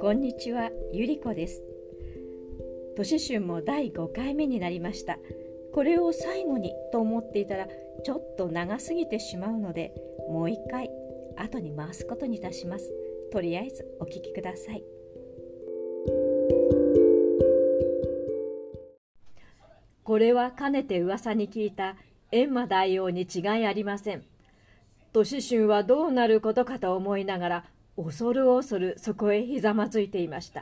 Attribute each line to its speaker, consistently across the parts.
Speaker 1: こんにちは、ゆりこです。年春も第5回目になりました。これを最後にと思っていたらちょっと長すぎてしまうので、もう一回後に回すことにいたします。とりあえずお聞きください。これはかねて噂に聞いた閻魔大王に違いありません。年春はどうなることかと思いながら恐る恐るそこへひざまずいていました。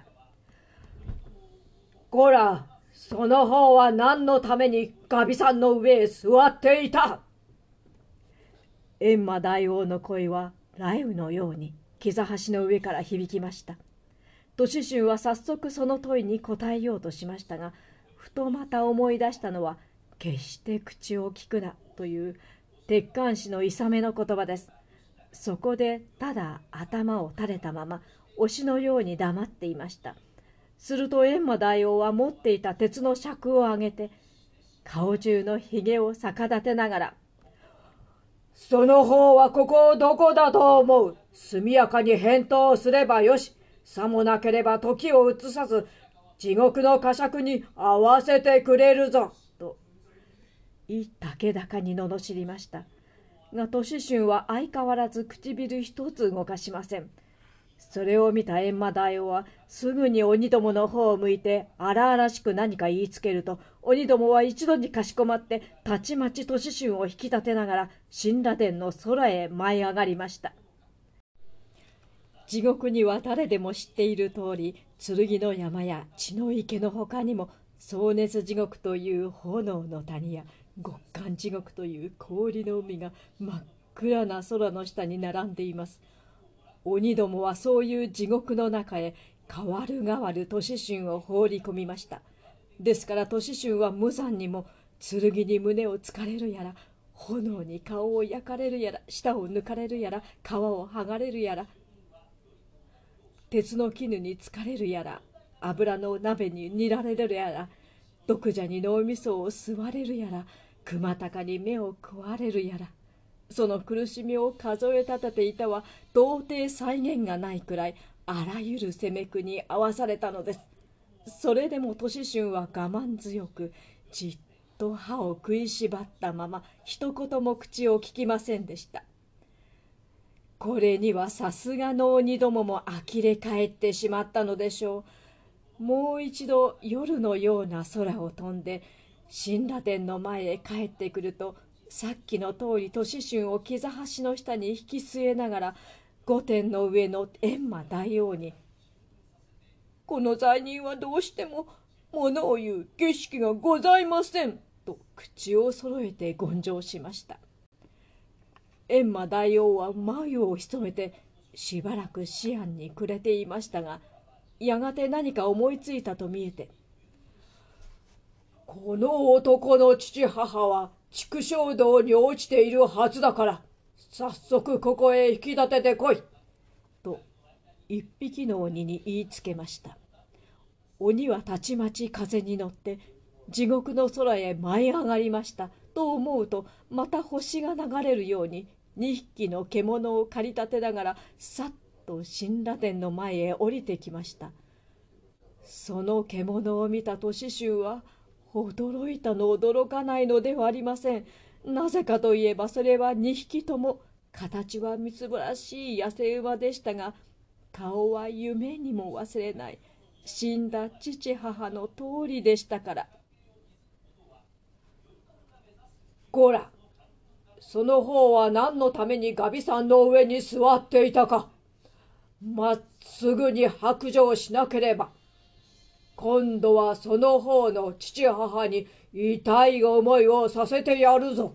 Speaker 2: こら、その方は何のためにガビさんの上へ座っていた。
Speaker 1: 閻魔大王の声は雷雨のように膝端の上から響きました。年春は早速その問いに答えようとしましたが、ふとまた思い出したのは決して口を聞くなという鉄管師の諌めの言葉です。そこでただ頭を垂れたまま推しのように黙っていました。すると閻魔大王は持っていた鉄の尺を上げて顔中のひげを逆立てながら、
Speaker 2: その方はここをどこだと思う。速やかに返答すればよし。さもなければ時を移さず地獄の呵責に合わせてくれるぞ。といたけだかに罵りました。が年春は相変わらず唇一つ動かしません。それを見た閻魔大王はすぐに鬼どもの方を向いて荒々しく何か言いつけると、鬼どもは一度にかしこまってたちまち年春を引き立てながら神羅殿の空へ舞い上がりました。地獄には誰でも知っている通り、剣の山や血の池の他にも壮熱地獄という炎の谷や極寒地獄という氷の海が真っ暗な空の下に並んでいます。鬼どもはそういう地獄の中へ代わる代わる年春を放り込みました。ですから年春は無残にも剣に胸を突かれるやら、炎に顔を焼かれるやら、舌を抜かれるやら、皮を剥がれるやら、鉄の絹につかれるやら、油の鍋に煮られるやら、毒蛇に脳みそを吸われるやら、熊高に目を食われるやら、その苦しみを数え立てていたは到底再現がないくらいあらゆる責め苦に遭わされたのです。それでも年春は我慢強くじっと歯を食いしばったまま一言も口を聞きませんでした。これにはさすがの鬼どもも呆れ返ってしまったのでしょう。もう一度夜のような空を飛んで神羅殿の前へ帰ってくると、さっきの通り年春を膝端の下に引き据えながら御殿の上の閻魔大王に、この罪人はどうしても物を言う儀式がございませんと口を揃えて言上しました。閻魔大王は眉を潜めてしばらく思案に暮れていましたが、やがて何か思いついたと見えて、この男の父母は畜生道に落ちているはずだから早速ここへ引き立ててこいと一匹の鬼に言いつけました。鬼はたちまち風に乗って地獄の空へ舞い上がりましたと思うと、また星が流れるように2匹の獣を駆り立てながらさっと神羅殿の前へ降りてきました。その獣を見た年春は驚いたの驚かないのではありません。なぜかといえばそれは2匹とも形はみつぼらしい野生馬でしたが、顔は夢にも忘れない死んだ父母の通りでしたから。こら、その方は何のためにガビさんの上に座っていたか。まっすぐに白状しなければ今度はその方の父母に痛い思いをさせてやるぞ。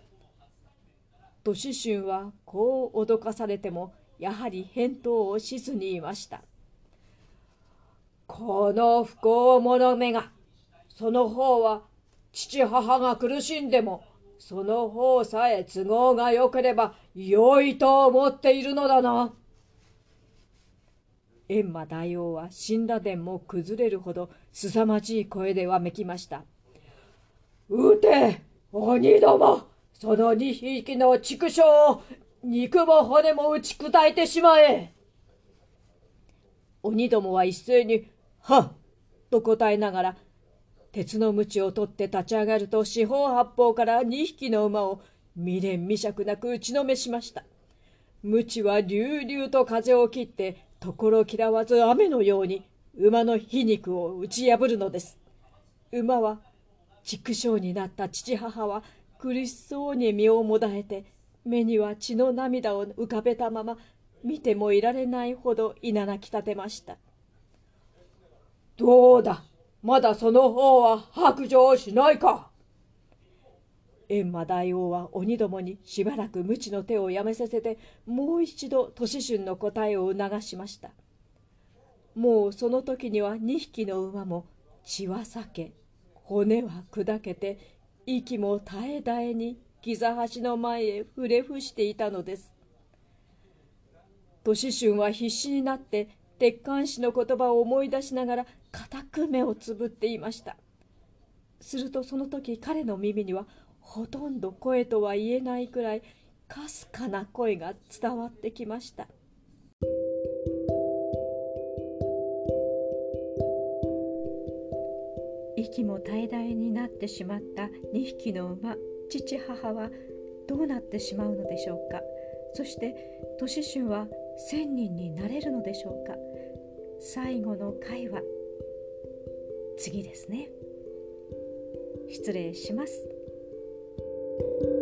Speaker 2: 年春はこう脅かされてもやはり返答をしずにいました。この不幸者めが、その方は父母が苦しんでもその方さえ都合がよければ良いと思っているのだな。閻魔大王は神羅殿も崩れるほど凄まじい声でわめきました。撃て鬼ども、その2匹の畜生を肉も骨も打ち砕いてしまえ。 鬼どもは一斉に「はっ!」と答えながら鉄の鞭を取って立ち上がると、四方八方から2匹の馬を未練未釈なく打ちのめしました。鞭は隆々と風を切って、ところ嫌わず雨のように馬の皮肉を打ち破るのです。馬は畜生になった父母は苦しそうに身をもだえて、目には血の涙を浮かべたまま、見てもいられないほどいななき立てました。どうだ、まだその方は白状しないか。閻魔大王は鬼どもにしばらく無知の手をやめさせて、もう一度年春の答えを促しました。もうその時には2匹の馬も血は裂け、骨は砕けて、息も絶え絶えにギザ橋の前へ触れ伏していたのです。年春は必死になって鉄管師の言葉を思い出しながら固く目をつぶっていました。するとその時、彼の耳にはほとんど声とは言えないくらいかすかな声が伝わってきました。息も絶え絶えになってしまった2匹の馬、父母はどうなってしまうのでしょうか。そして年春は1000人になれるのでしょうか。最後の回は次ですね。失礼します。